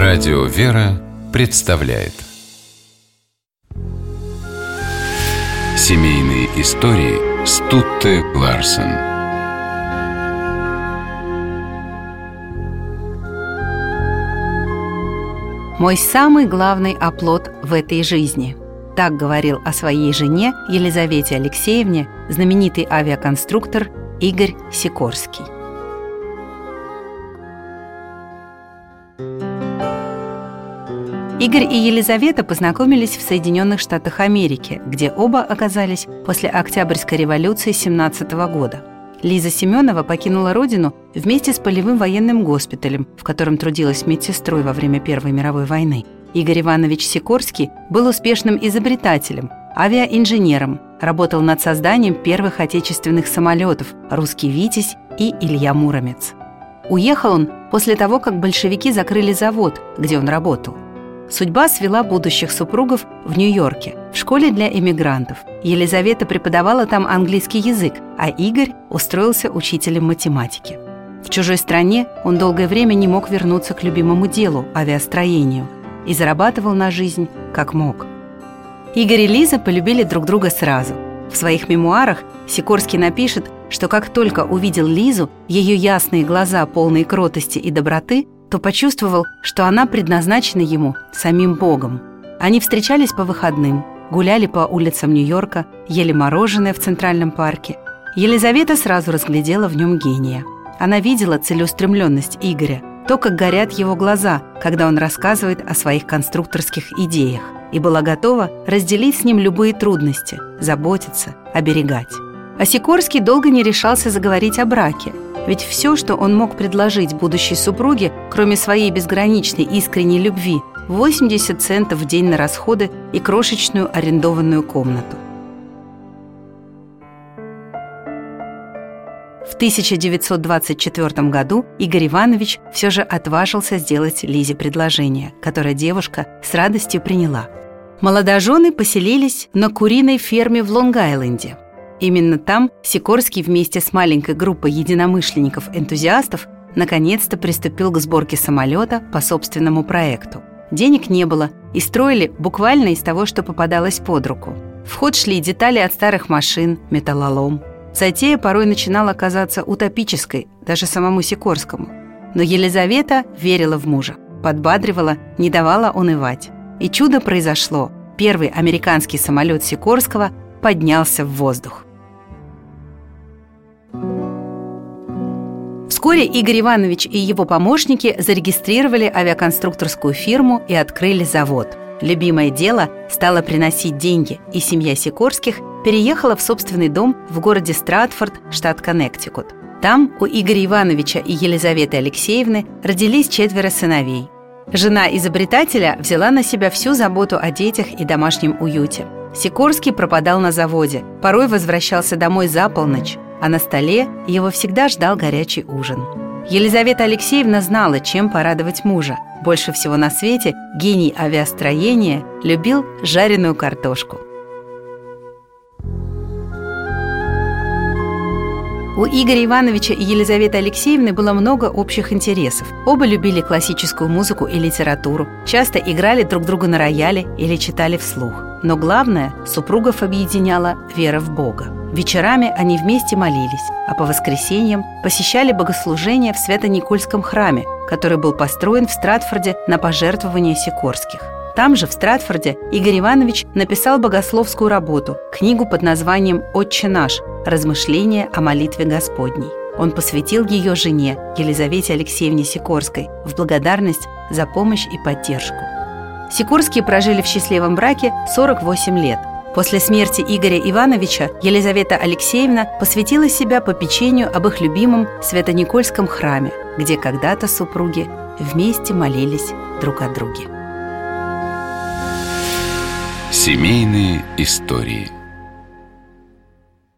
Радио «Вера» представляет семейные истории Стутте Ларсен. Мой самый главный оплот в этой жизни. Так говорил о своей жене Елизавете Алексеевне знаменитый авиаконструктор Игорь Сикорский. Игорь и Елизавета познакомились в Соединенных Штатах Америки, где оба оказались после Октябрьской революции 1917 года. Лиза Семенова покинула родину вместе с полевым военным госпиталем, в котором трудилась медсестрой во время Первой мировой войны. Игорь Иванович Сикорский был успешным изобретателем, авиаинженером, работал над созданием первых отечественных самолетов «Русский Витязь» и «Илья Муромец». Уехал он после того, как большевики закрыли завод, где он работал. Судьба свела будущих супругов в Нью-Йорке, в школе для эмигрантов. Елизавета преподавала там английский язык, а Игорь устроился учителем математики. В чужой стране он долгое время не мог вернуться к любимому делу – авиастроению, и зарабатывал на жизнь как мог. Игорь и Лиза полюбили друг друга сразу. В своих мемуарах Сикорский напишет, что как только увидел Лизу, ее ясные глаза, полные кротости и доброты, то почувствовал, что она предназначена ему самим Богом. Они встречались по выходным, гуляли по улицам Нью-Йорка, ели мороженое в Центральном парке. Елизавета сразу разглядела в нем гения. Она видела целеустремленность Игоря, то, как горят его глаза, когда он рассказывает о своих конструкторских идеях, и была готова разделить с ним любые трудности, заботиться, оберегать. А Сикорский долго не решался заговорить о браке, ведь все, что он мог предложить будущей супруге, кроме своей безграничной искренней любви, 80 центов в день на расходы и крошечную арендованную комнату. В 1924 году Игорь Иванович все же отважился сделать Лизе предложение, которое девушка с радостью приняла. Молодожены поселились на куриной ферме в Лонг-Айленде. Именно там Сикорский вместе с маленькой группой единомышленников-энтузиастов наконец-то приступил к сборке самолета по собственному проекту. Денег не было, и строили буквально из того, что попадалось под руку. В ход шли детали от старых машин, металлолом. Затея порой начинала казаться утопической даже самому Сикорскому. Но Елизавета верила в мужа, подбадривала, не давала унывать. И чудо произошло. Первый американский самолет Сикорского поднялся в воздух. Вскоре Игорь Иванович и его помощники зарегистрировали авиаконструкторскую фирму и открыли завод. Любимое дело стало приносить деньги, и семья Сикорских переехала в собственный дом в городе Стратфорд, штат Коннектикут. Там у Игоря Ивановича и Елизаветы Алексеевны родились 4 сыновей. Жена изобретателя взяла на себя всю заботу о детях и домашнем уюте. Сикорский пропадал на заводе, порой возвращался домой за полночь, а на столе его всегда ждал горячий ужин. Елизавета Алексеевна знала, чем порадовать мужа. Больше всего на свете гений авиастроения любил жареную картошку. У Игоря Ивановича и Елизаветы Алексеевны было много общих интересов. Оба любили классическую музыку и литературу, часто играли друг другу на рояле или читали вслух. Но главное, супругов объединяла вера в Бога. Вечерами они вместе молились, а по воскресеньям посещали богослужения в Свято-Никольском храме, который был построен в Стратфорде на пожертвование Сикорских. Там же, в Стратфорде, Игорь Иванович написал богословскую работу, книгу под названием «Отче наш. Размышления о молитве Господней». Он посвятил ее жене, Елизавете Алексеевне Сикорской, в благодарность за помощь и поддержку. Сикорские прожили в счастливом браке 48 лет. После смерти Игоря Ивановича Елизавета Алексеевна посвятила себя попечению об их любимом Свято-Никольском храме, где когда-то супруги вместе молились друг о друге. Семейные истории.